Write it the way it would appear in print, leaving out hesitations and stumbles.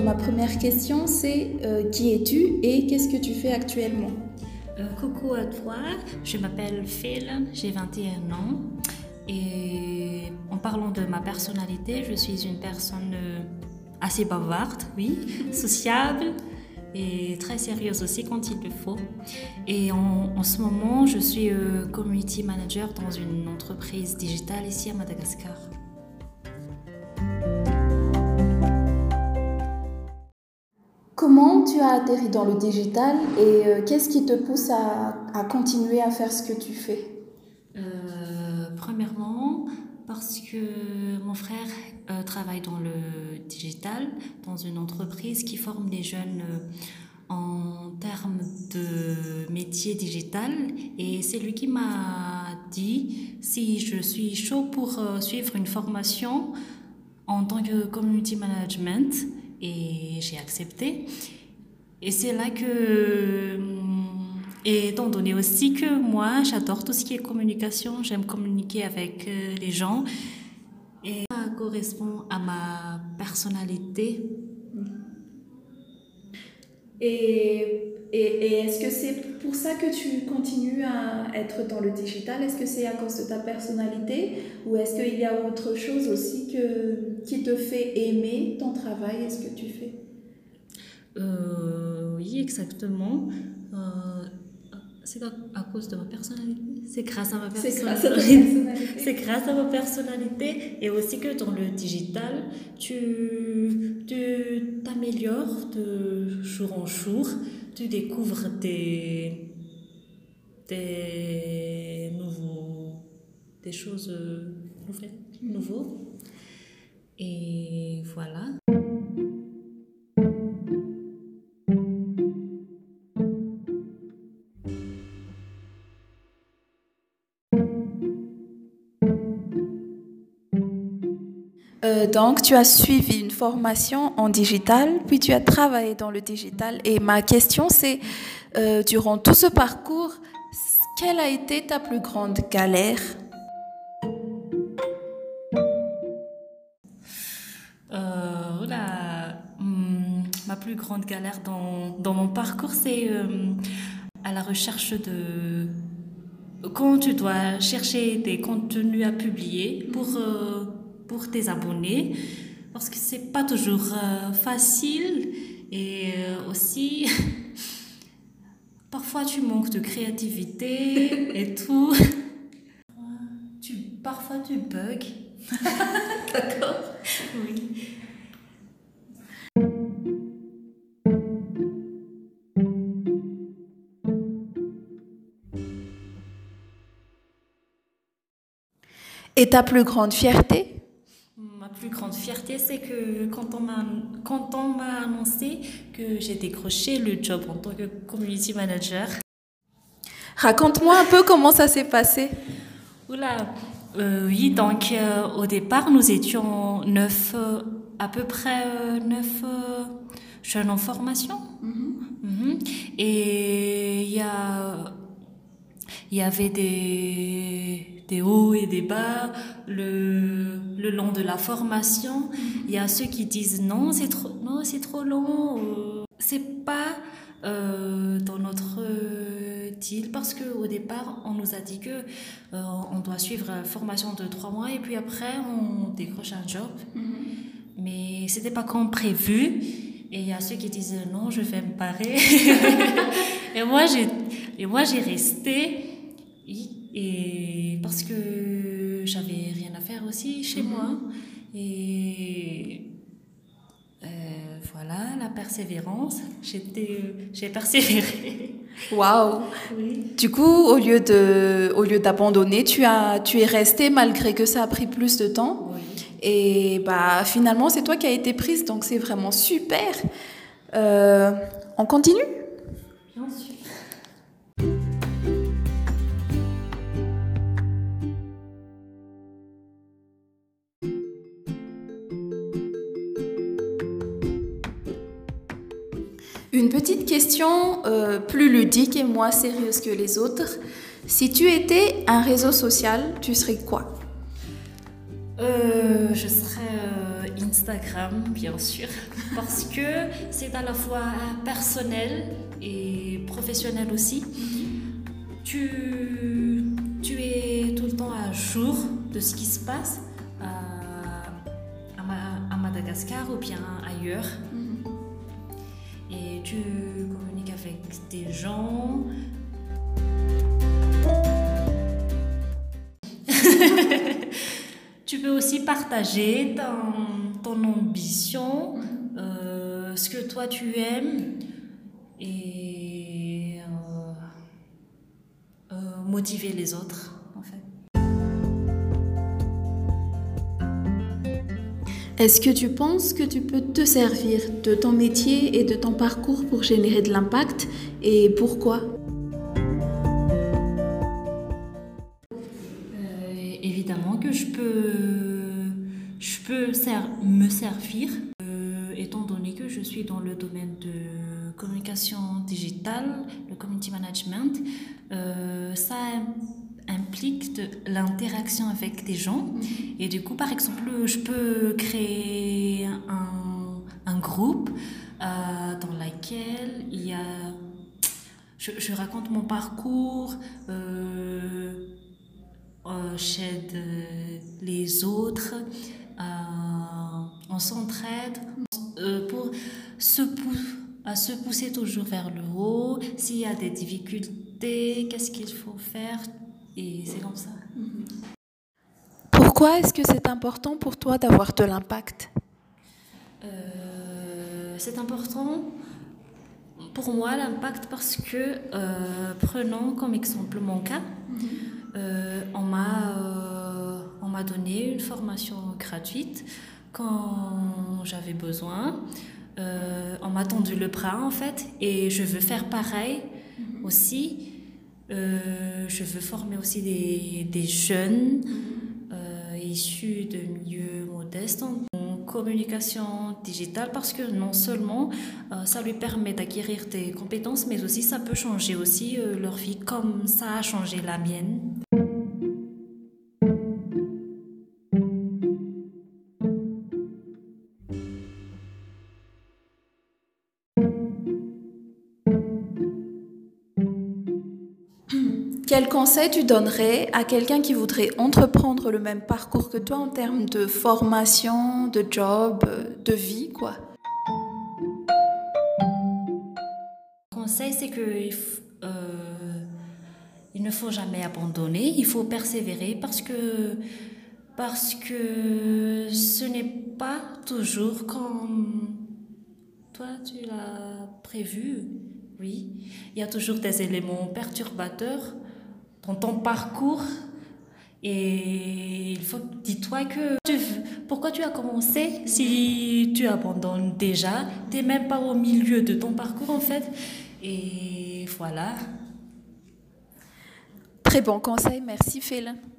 ma première question, c'est qui es-tu et qu'est-ce que tu fais actuellement? Coucou à toi, je m'appelle Phil, j'ai 21 ans et en parlant de ma personnalité, je suis une personne assez bavarde, oui, sociable et très sérieuse aussi quand il le faut. Et en ce moment, je suis community manager dans une entreprise digitale ici à Madagascar. Comment tu as atterri dans le digital et qu'est-ce qui te pousse à continuer à faire ce que tu fais? Premièrement, parce que mon frère travaille dans le digital, dans une entreprise qui forme les jeunes en termes de métier digital. Et c'est lui qui m'a dit si je suis chaud pour suivre une formation en tant que community management. Et j'ai accepté. Et c'est là que... Et étant donné aussi que moi, j'adore tout ce qui est communication, j'aime communiquer avec les gens. Et ça correspond à ma personnalité. Et est-ce que c'est pour ça que tu continues à être dans le digital? Est-ce que c'est à cause de ta personnalité ou est-ce qu'il y a autre chose aussi qui te fait aimer ton travail et ce que tu fais? Oui, exactement. C'est à cause de ma personnalité. C'est grâce à ma personnalité. C'est grâce à ma personnalité. Et aussi que dans le digital, tu t'améliores de jour en jour. Tu découvres des choses nouveaux. Et voilà. Donc, tu as suivi une formation en digital, puis tu as travaillé dans le digital. Et ma question, c'est, durant tout ce parcours, quelle a été ta plus grande galère? Ma plus grande galère dans mon parcours, c'est à la recherche de... Quand tu dois chercher des contenus à publier pour tes abonnés, parce que c'est pas toujours facile et aussi parfois tu manques de créativité et tout. Parfois tu bugs. D'accord? Oui. Et ta plus grande fierté? Ma plus grande fierté, c'est que quand on m'a annoncé que j'ai décroché le job en tant que community manager. Raconte-moi un peu comment ça s'est passé. Oui, donc au départ, nous étions à peu près 9 jeunes en formation. Et il y avait des hauts et des bas le long de la formation. Il y a ceux qui disent non, c'est trop long. C'est pas dans notre deal parce qu'au départ, on nous a dit que on doit suivre la formation de 3 mois et puis après, on décroche un job. Mais c'était pas comme prévu. Et il y a ceux qui disent non, je vais me barrer. et moi, j'ai resté. Et parce que j'avais rien à faire aussi chez moi. Et voilà, la persévérance. J'ai persévéré. Waouh! Oui. Du coup, au lieu d'abandonner, tu es resté malgré que ça a pris plus de temps. Oui. Et bah finalement, c'est toi qui as été prise, donc c'est vraiment super. On continue? Bien sûr. Une petite question plus ludique et moins sérieuse que les autres. Si tu étais un réseau social, tu serais quoi? Je serais Instagram, bien sûr, parce que c'est à la fois personnel et professionnel aussi. Tu es tout le temps à jour de ce qui se passe à Madagascar ou bien ailleurs. Et tu communiques avec des gens. Tu peux aussi partager ton ambition, ce que toi tu aimes et motiver les autres en fait. Est-ce que tu penses que tu peux te servir de ton métier et de ton parcours pour générer de l'impact et pourquoi? Évidemment que je peux me servir, étant donné que je suis dans le domaine de communication digitale, le community management. Ça implique de l'interaction avec des gens et du coup, par exemple, je peux créer un groupe dans lequel il y a... Je raconte mon parcours, j'aide les autres, on s'entraide pour se pousser toujours vers le haut. S'il y a des difficultés, qu'est-ce qu'il faut faire? Et c'est comme ça. Pourquoi est-ce que c'est important pour toi d'avoir de l'impact? C'est important pour moi l'impact parce que, prenons comme exemple mon cas, on m'a donné une formation gratuite quand j'avais besoin. On m'a tendu le bras en fait et je veux faire pareil aussi. Je veux former aussi des jeunes issus de milieux modestes en communication digitale parce que non seulement ça lui permet d'acquérir des compétences mais aussi ça peut changer aussi leur vie comme ça a changé la mienne. Quel conseil tu donnerais à quelqu'un qui voudrait entreprendre le même parcours que toi en termes de formation, de job, de vie, quoi? Le conseil, c'est que il ne faut jamais abandonner, il faut persévérer parce que ce n'est pas toujours comme toi tu l'as prévu. Oui, il y a toujours des éléments perturbateurs dans ton parcours et dis-toi que pourquoi tu as commencé si tu abandonnes déjà, tu n'es même pas au milieu de ton parcours en fait et voilà. Très bon conseil, merci Phil.